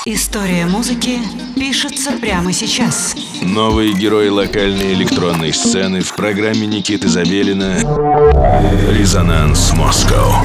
История музыки пишется прямо сейчас. Новые герои локальной электронной сцены в программе Никиты Забелина «Резонанс Москва».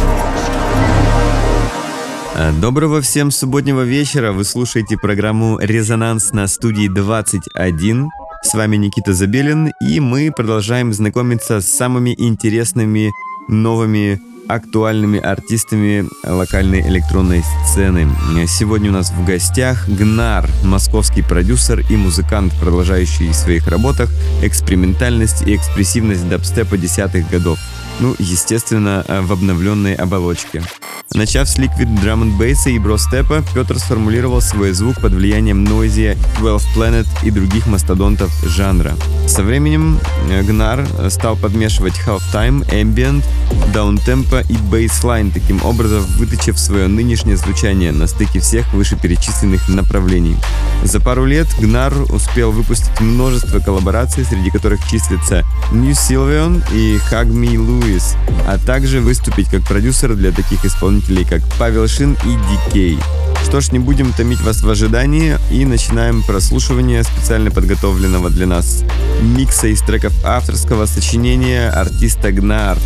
Доброго всем субботнего вечера. Вы слушаете программу «Резонанс» на студии 21. С вами Никита Забелин, и мы продолжаем знакомиться с самыми интересными, новыми, актуальными артистами локальной электронной сцены. Сегодня у нас в гостях Гнар, московский продюсер и музыкант, продолжающий в своих работах экспериментальность и экспрессивность дабстепа десятых годов. Естественно, в обновленной оболочке. Начав с Liquid Drum and Bass и бростепа, Петр сформулировал свой звук под влиянием Noisia, 12 Planet и других мастодонтов жанра. Со временем Гнар стал подмешивать halftime, ambient, даунтемпо и бейслайн, таким образом выточив свое нынешнее звучание на стыке всех вышеперечисленных направлений. За пару лет Гнар успел выпустить множество коллабораций, среди которых числятся New Sylveon и Hug Me Louis, а также выступить как продюсер для таких исполнителей, как Павел Шин и DK. Что ж, не будем томить вас в ожидании и начинаем прослушивание специально подготовленного для нас микса из треков авторского сочинения артиста Гнар.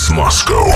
Resonance Moscow.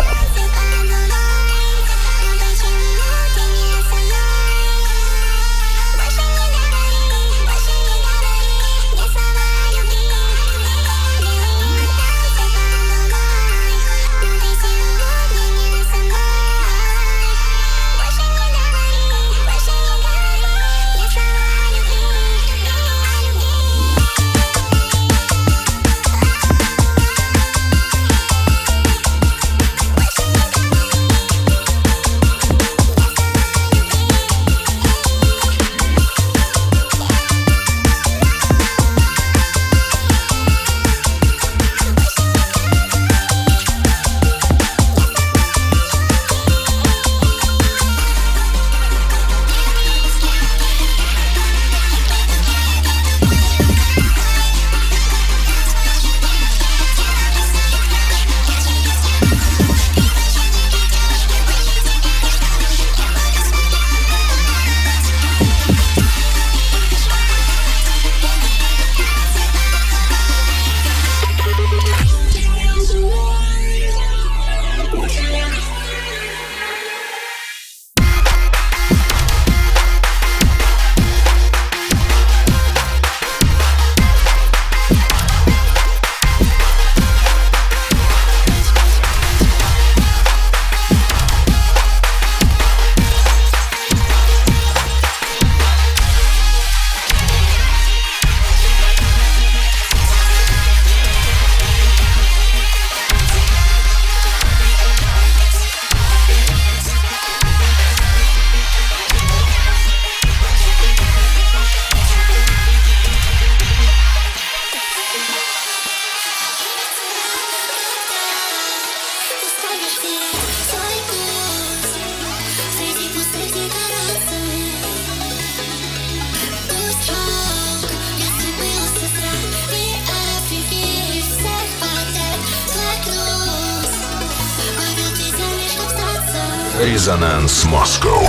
Resonance Moscow.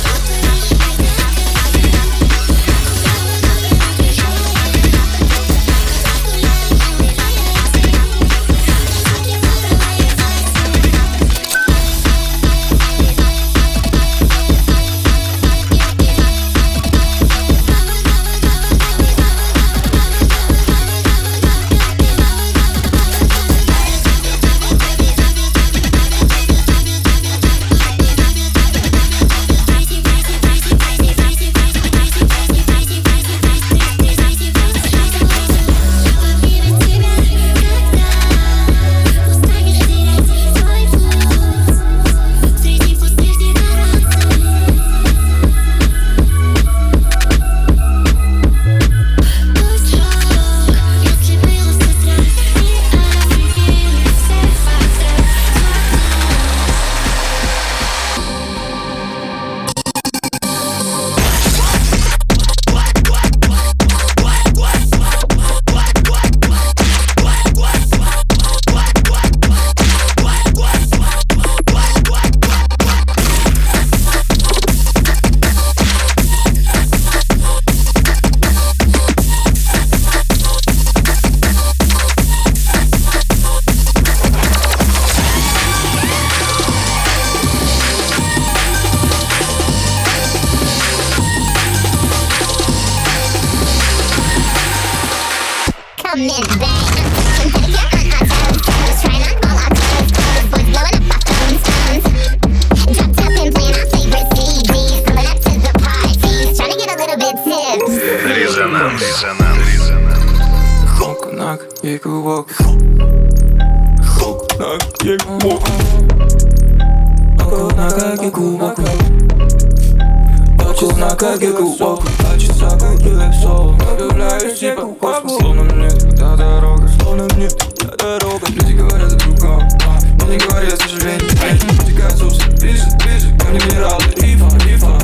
Люди говорят о другом, но не говорят о сожалении. Утекают собственно ближе, ко мне минералы, рифа.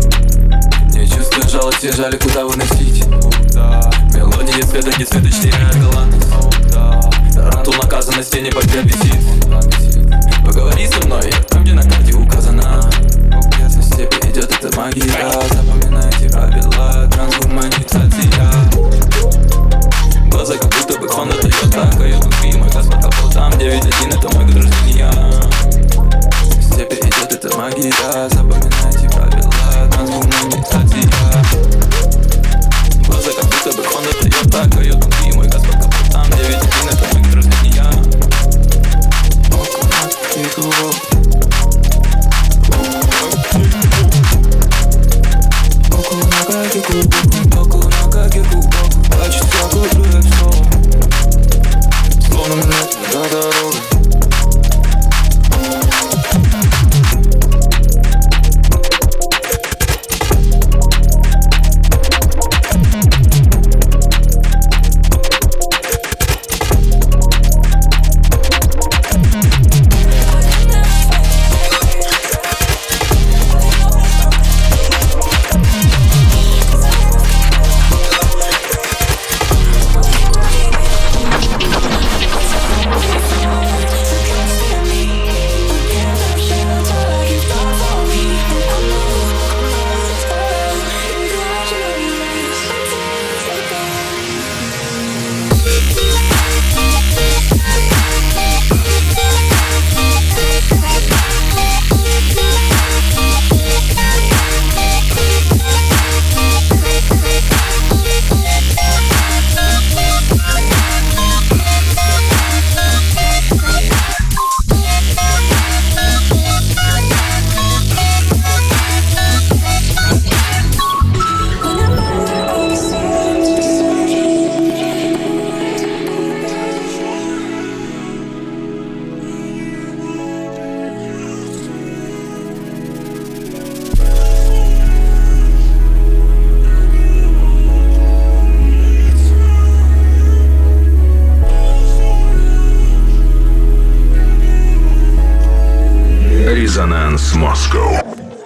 Не чувствую жалости, жаль, куда выносить. Мелодии цвета, не цветочные, галантность. Тарантул наказан на стене, портрет висит. Поговори со мной, там где на карте указано. Если с тебе идет эта магия, запоминайте правила, трансгуманизация. Глаза как будто бы хон отдает так, а я тут мой газ под капотом 9-1, это мой год рождения. магия, запоминайте правила трансформации. Глаза как будто бы Honda Toyota, каютом ты мой Газпорт капотам, 9-1 это мой разлетния. Окунать в глубок. Окунать как глубок. Плачет всякую плюет снова. Словно минут до дороги. Резонанс Москва.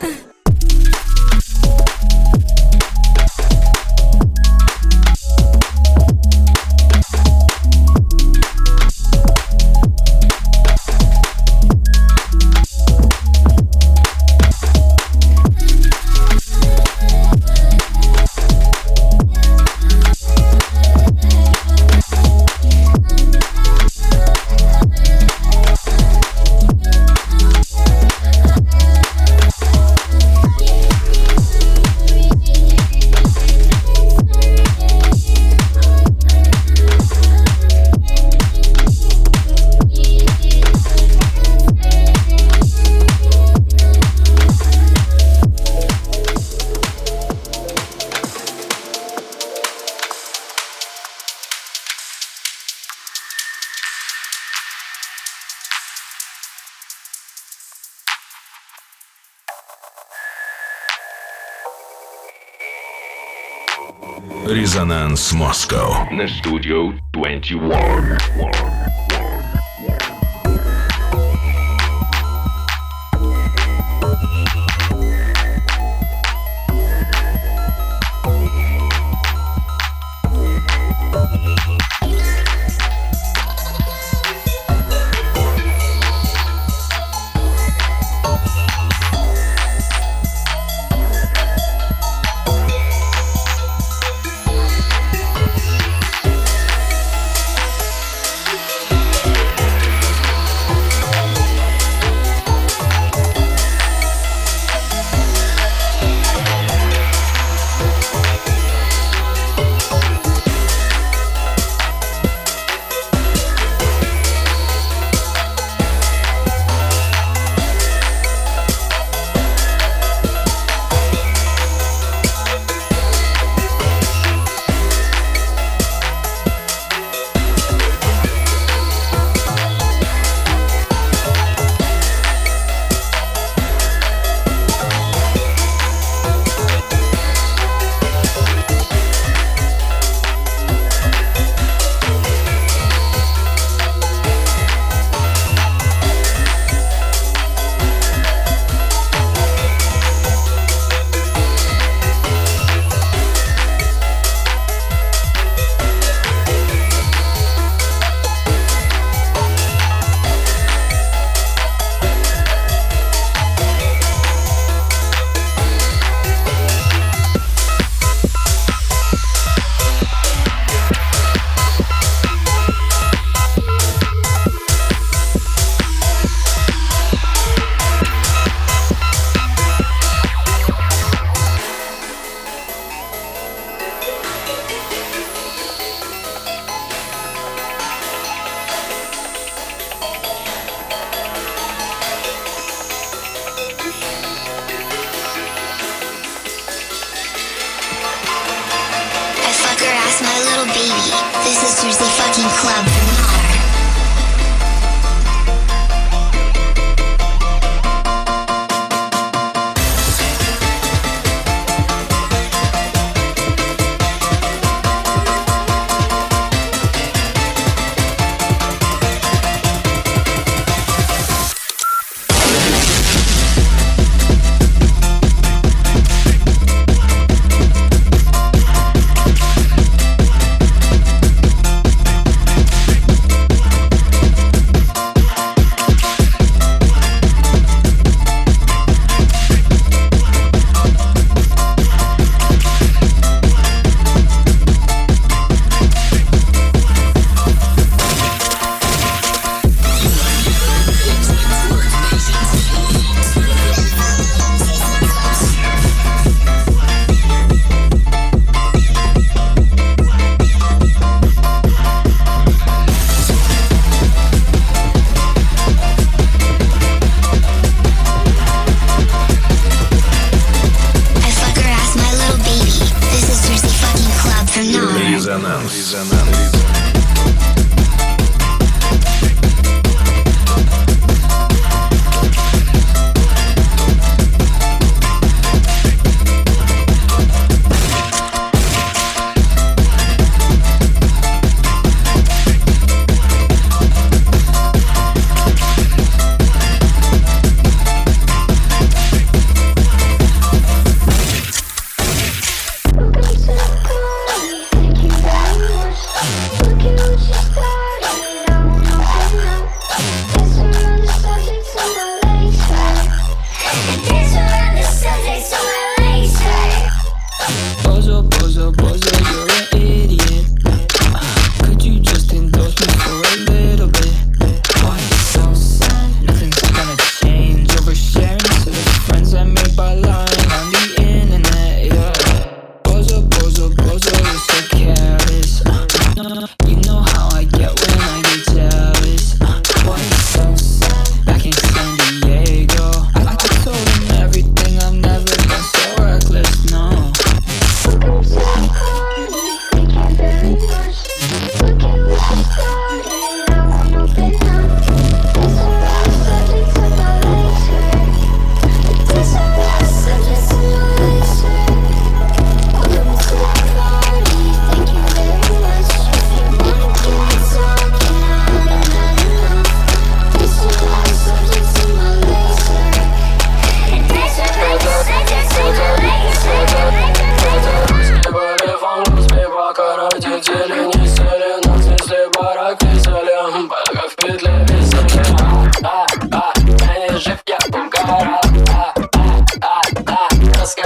Резонанс Москва на студию 21.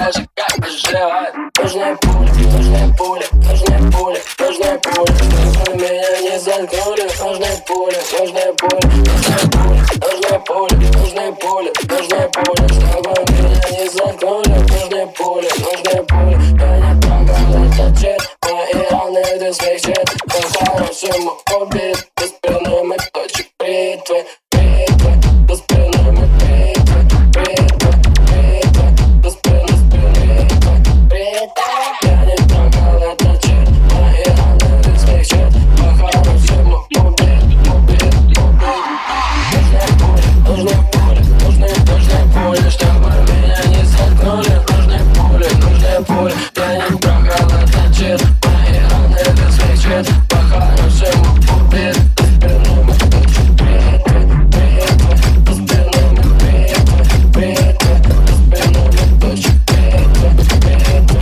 скажи, как выживать. Нужны пули, нужны пули, нужны пули, нужны пули, чтобы меня не заткнули. Нужны пули, нужны пули, нужны пули, нужны пули, нужны пули, нужны пули, чтобы меня не заткнули. Нужны пули, нужны пули. Я не трогал этот чит, мои раны ты смягчит. По-хорошему убит, беспрерывный точек бритвы, бритвы, беспрерывный бритвы, бритвы, бритвы, беспрерывный бритвы. Я не трогал этот чит, мои раны ты смягчит. По-хорошему убит, убит, убит. Нужны пули, нужны пули, чтобы меня не заткнули. Нужны пули, я не трогал этот чит, мои раны ты смягчит. По-хорошему убит, беспрерывный точек бритвы, бритвы, беспрерывный бритвы, бритвы, беспрерывный точек бритвы, бритвы,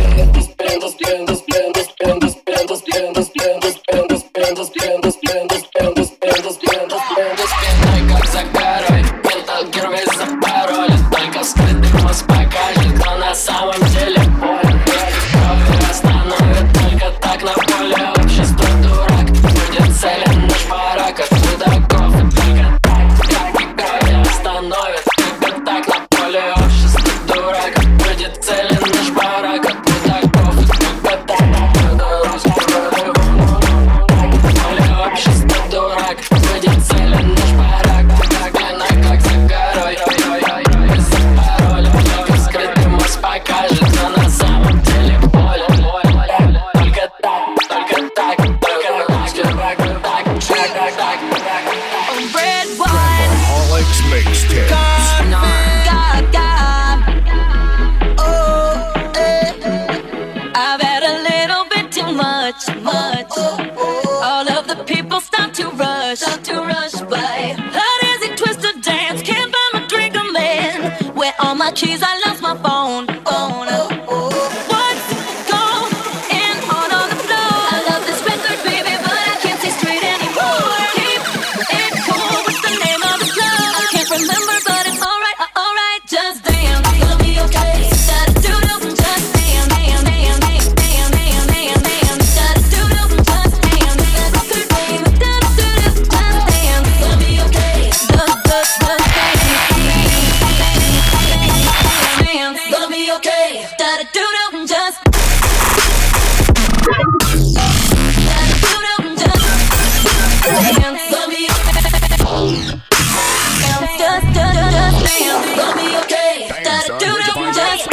как за горой, Metal Gear весь запаролен. Только скрытый мозг покажет, кто на самом деле болен. Кровь остановит только так на поле. Общество дурак, будет целен наш барак. От чудаков и только так кровь остановит только так на поле. Общество дурак, будет целен наш барак. От чудаков и только так. Общество дурак, будет целен наш барак. Как за горой, без пароля. Только скрытый мозг покажет, кто на самом деле болен. Только так, только так, только так. Red wine, Alex Mixtape. God. Oh, I've had a little bit too much. All of the people start to rush by. How does it twist to dance? Can't buy my drink, a man. Where all my keys? I lost my phone. What's going on the floor? I love this record, baby, but I can't see straight anymore. Keep it cool. What's the name of the club? I can't remember, but it's alright. Just dance, it'll be okay. Da-da-doo-doo, just dance, dance, dance, dance, dance, dance, dance. Da-da-doo-doo, just dance, dance. Record, baby, da-da-doo-doo, just dance, it'll be okay. Dance, it'll be okay. Da-da-doo-doo, just da-da-doo-doo, just dance, it'll be okay. Just dance, it'll be okay. Da-da-doo-doo, just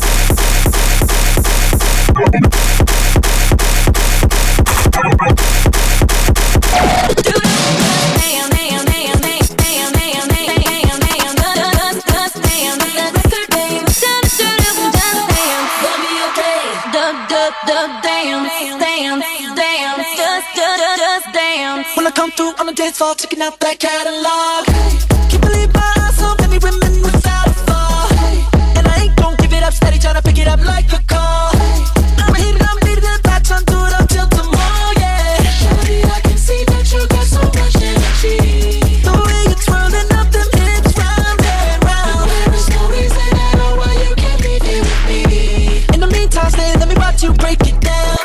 dance. When I come through on the dance floor, checking out that catalog. Can't believe my eyes, so many women without a flaw. And I ain't gon' give it up, steady tryna pick it up like a call. I'ma hit it, patch on, do it until tomorrow, yeah. Shawty, I can see that you got so much energy. The way you're twirling up them hips round and round. There is no reason at all why you can't be there with me. In the meantime, stay, let me watch you break it down.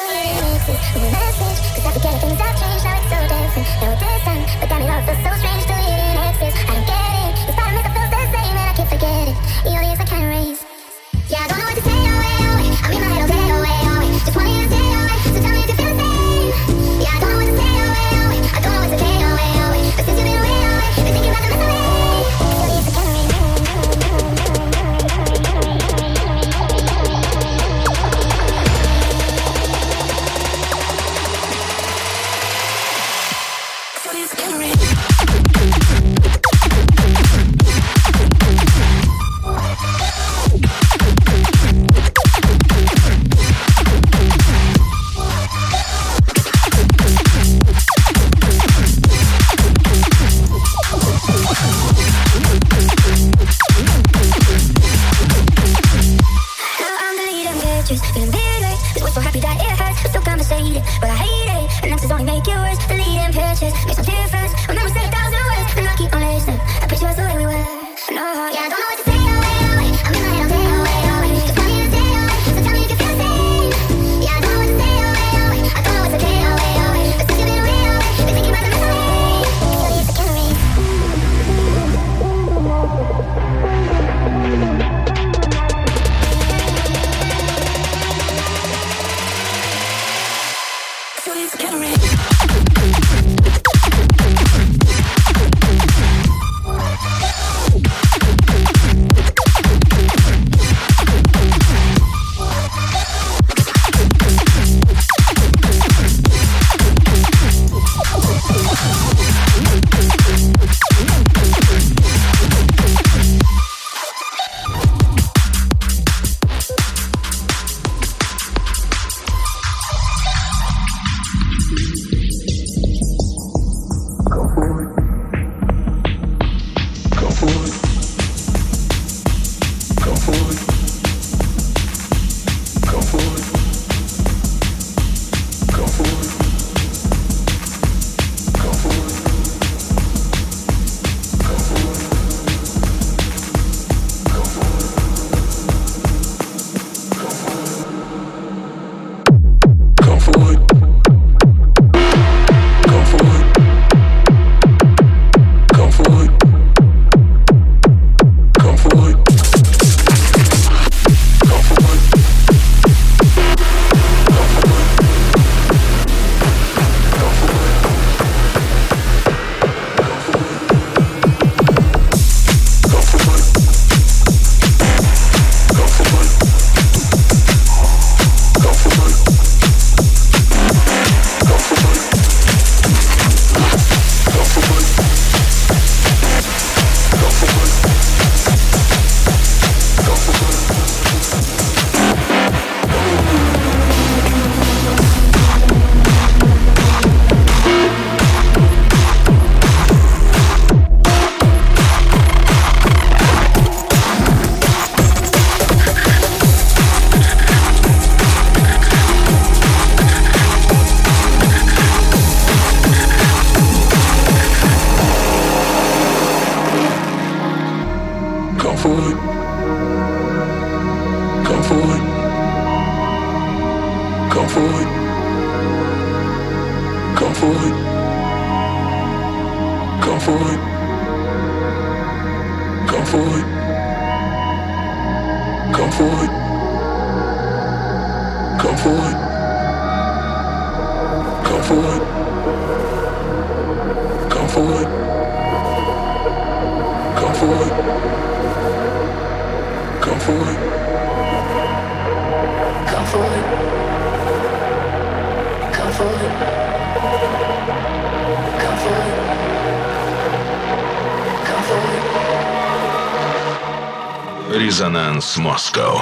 But damn it all feels so strange till you didn't exist. I don't get it. This part of me that feels the same and I can't forget it. The only is I can't erase. Yeah, I don't know what to say, I'm in my head all day, just wanting you to stay away. So tell me if you feel the same. Yeah, I don't know what to say, I don't know what to say, but since you've been away, been thinking about the mess away. The only is I can't erase. Feeling bitter, this was so happy that it hurts. We're still conversating, but I hate it. And answers only make it worse. Deleting pictures makes no difference. Remember, say 1,000 words, and I keep on listening. I picture us the way we were. No, yeah, I don't know what to say. I'm in my head all day, Come forward. Come forward. Come forward. Come forward. Come forward. Come forward. Come forward. Come forward. Come forward. Come forward. Come forward. Come forward. Come forward. Come forward. Come forward. Come forward. Резонанс Москва.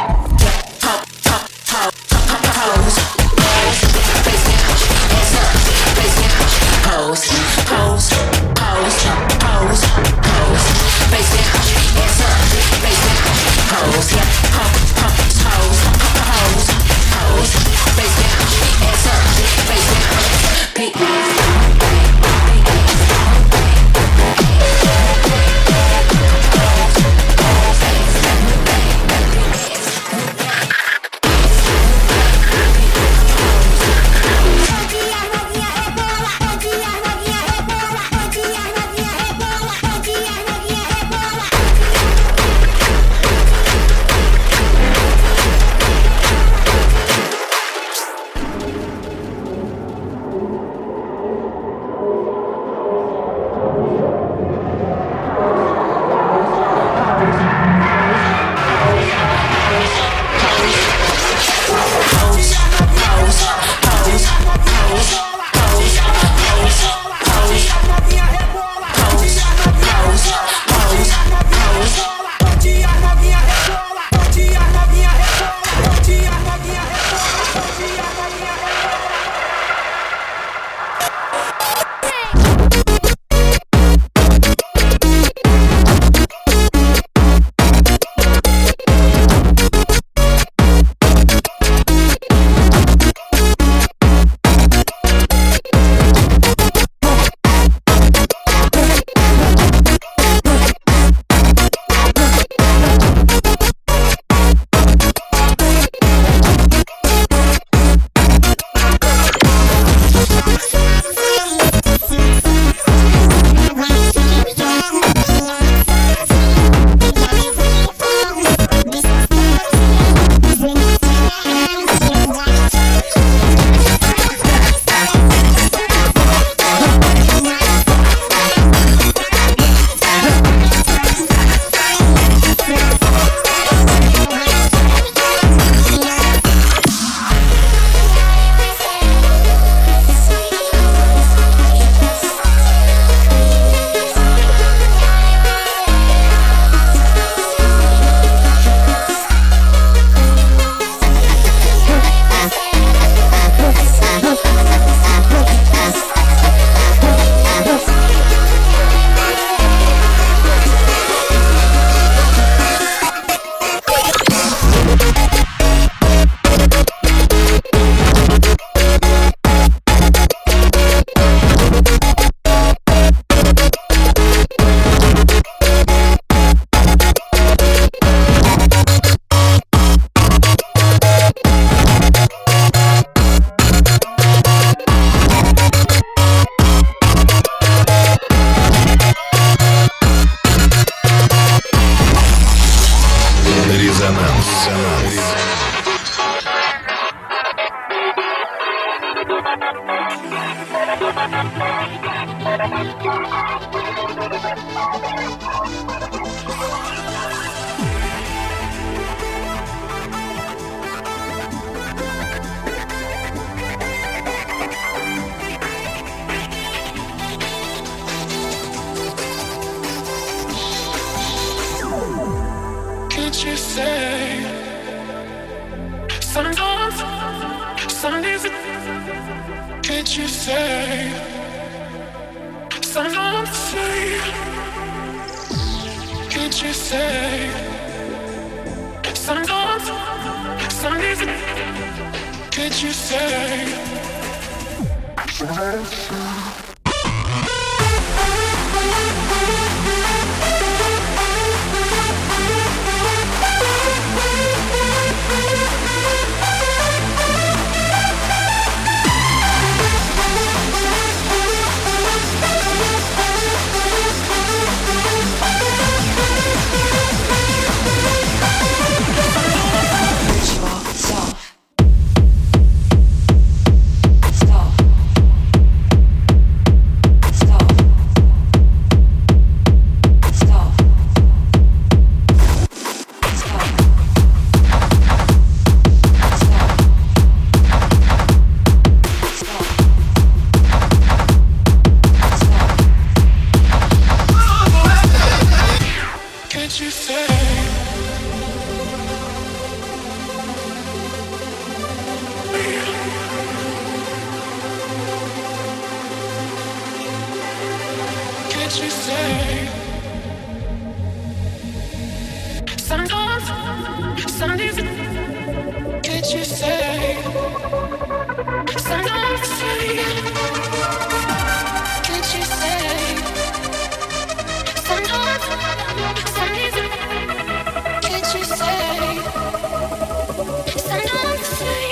Can't you say sometimes, some days, can't you say sometimes, say, can't you say sometimes, some days, can't you say Sometimes, some days, can't you say? Sometimes, can't you say? Sometimes, some days, can't you say? Sometimes,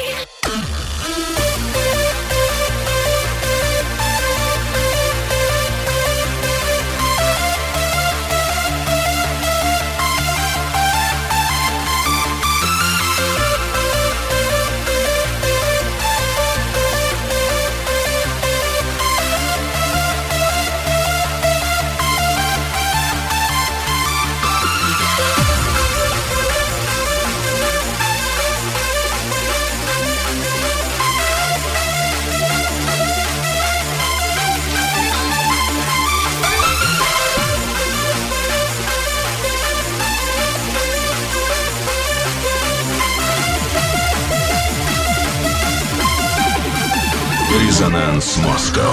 Резонанс Москва.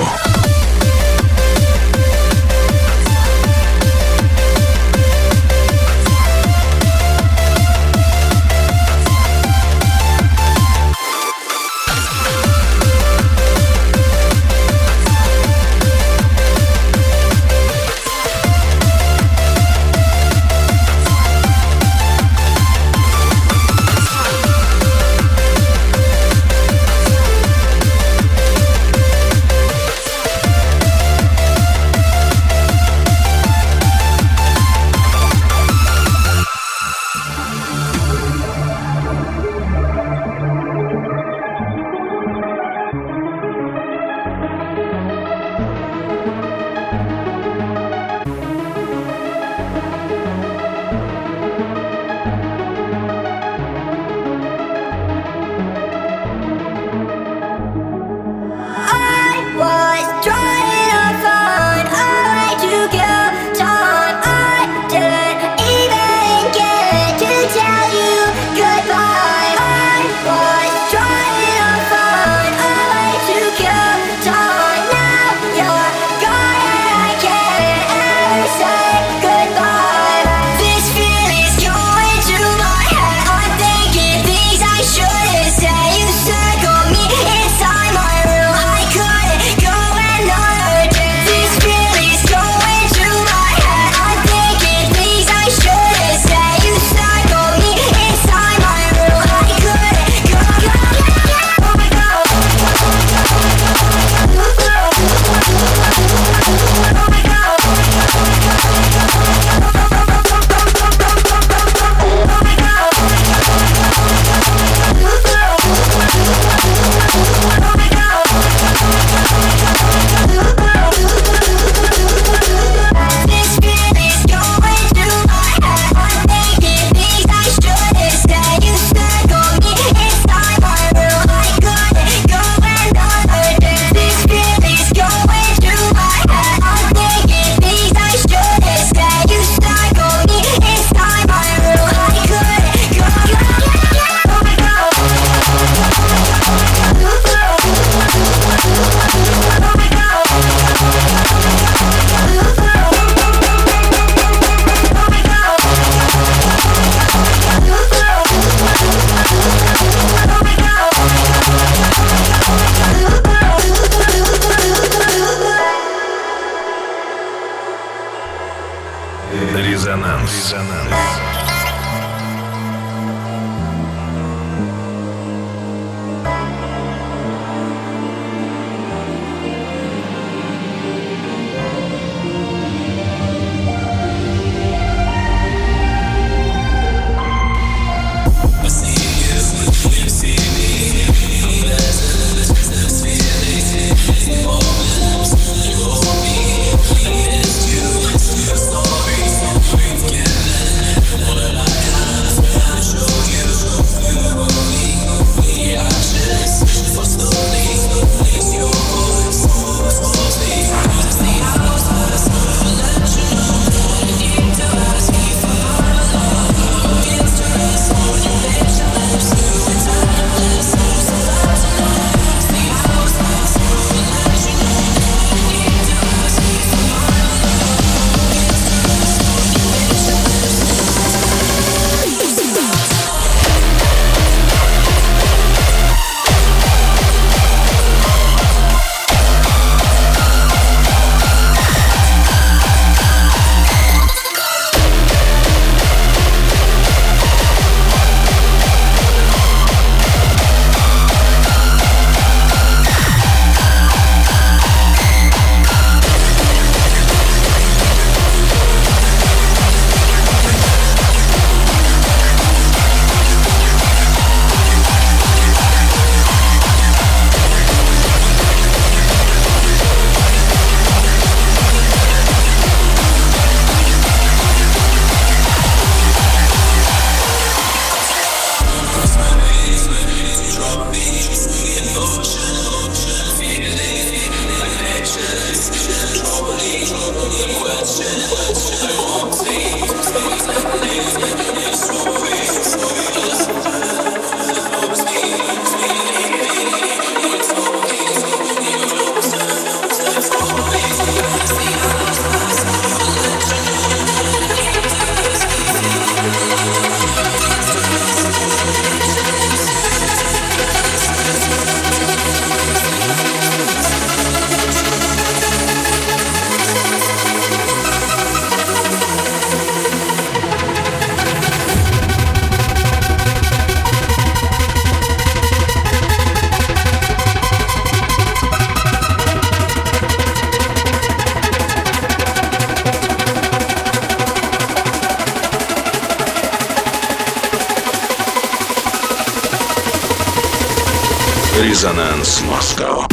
Резонанс Москва.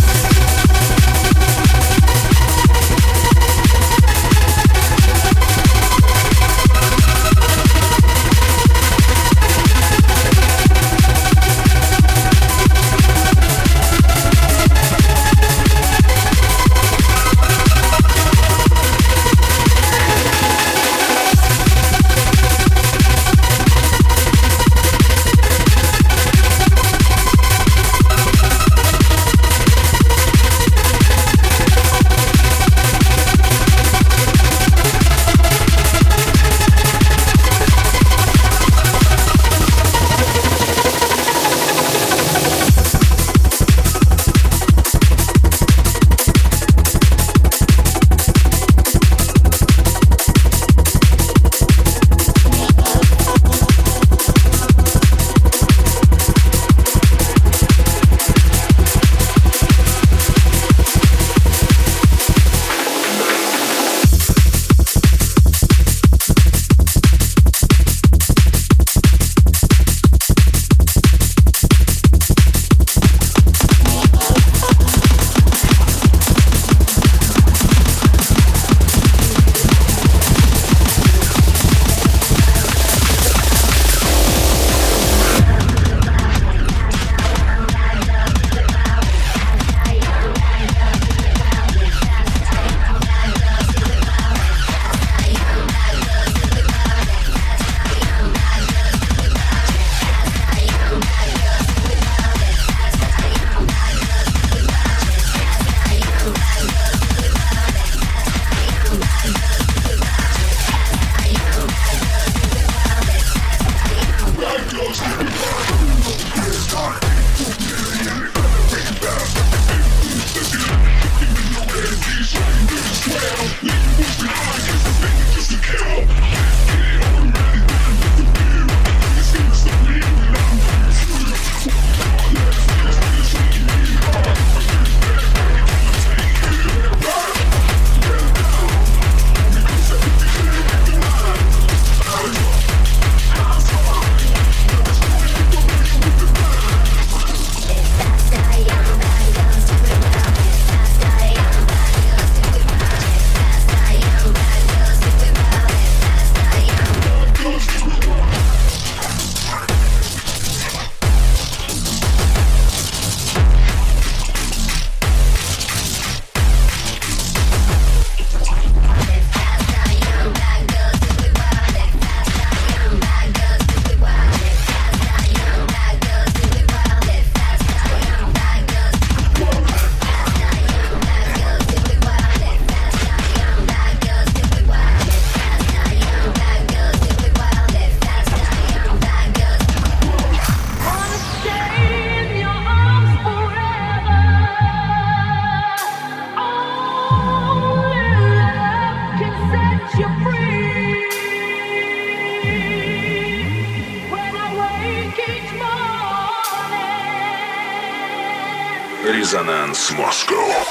Резонанс Москва.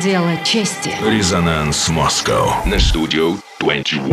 Дело чести. Резонанс Москва на студию 21.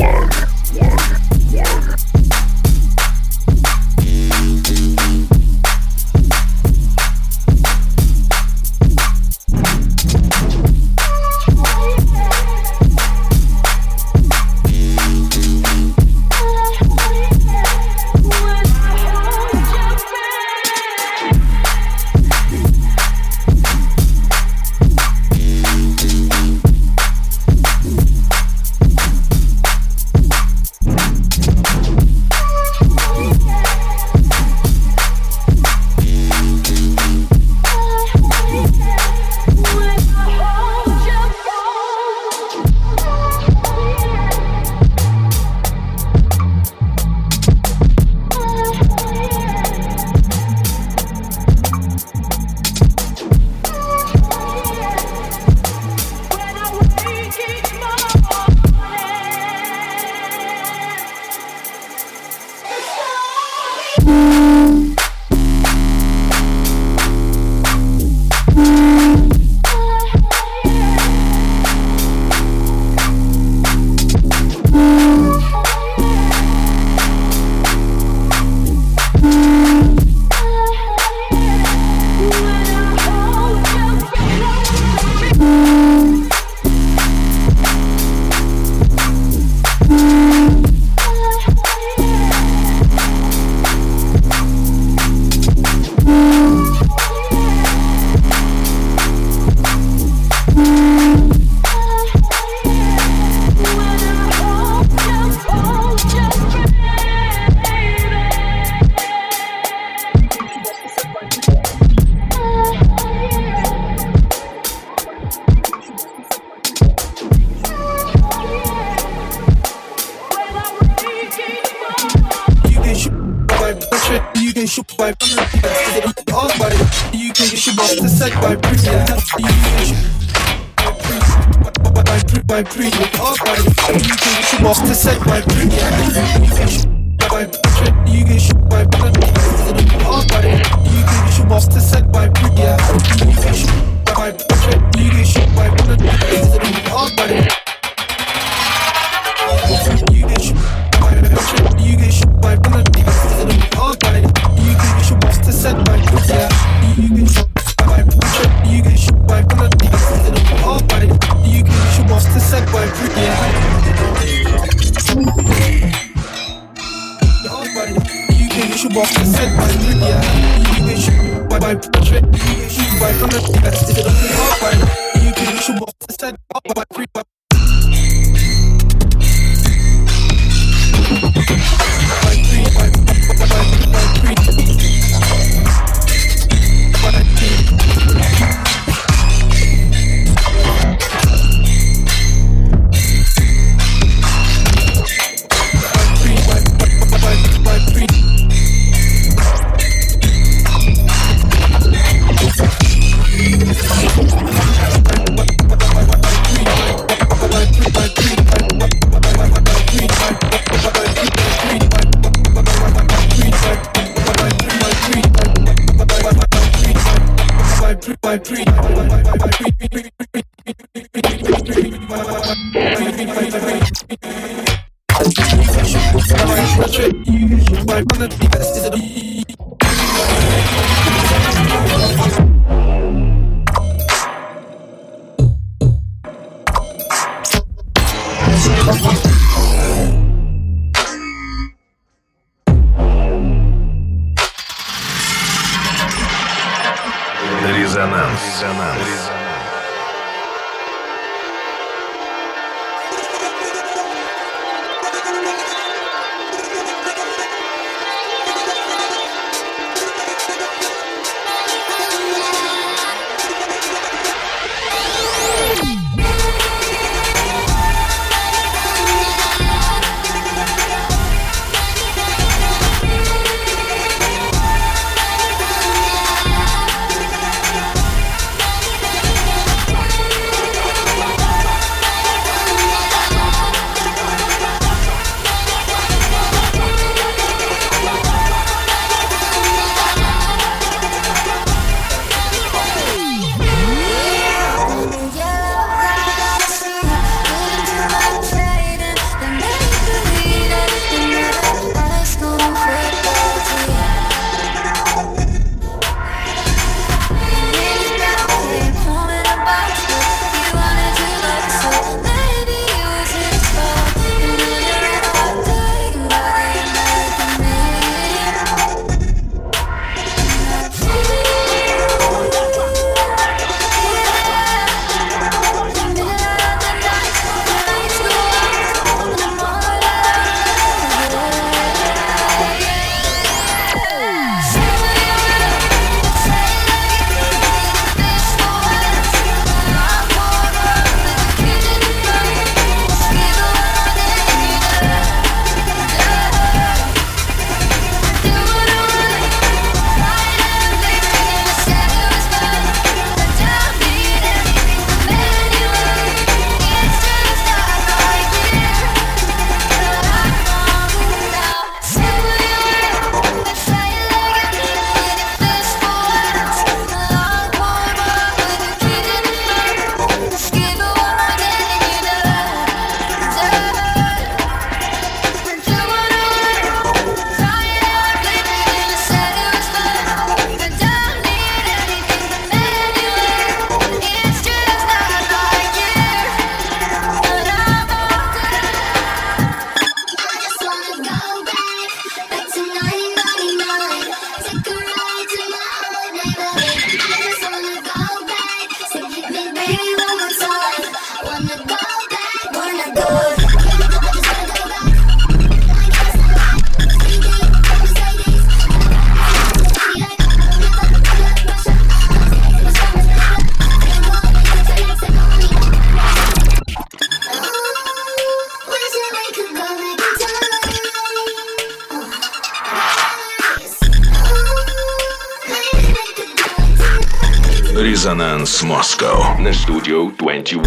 Резонанс Москва на Studio 21.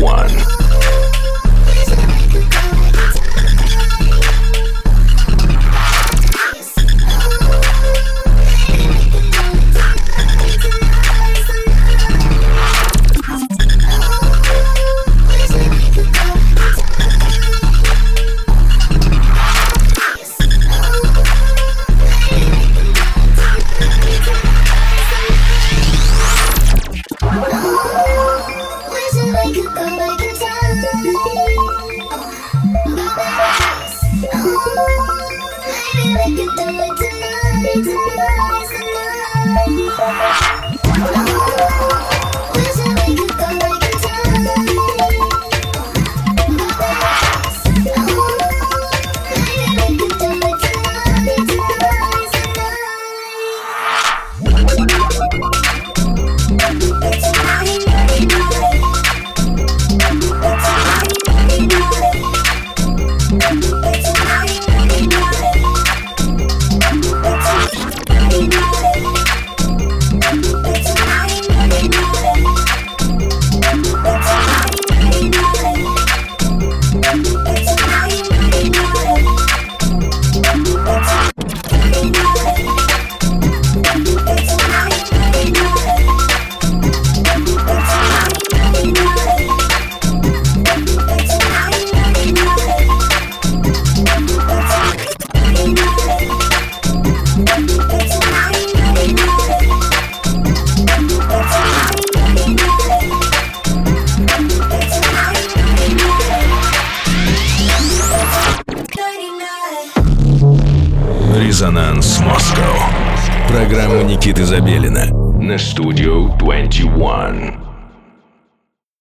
Резонанс Москва. Программа Никиты Забелина на Studio 21.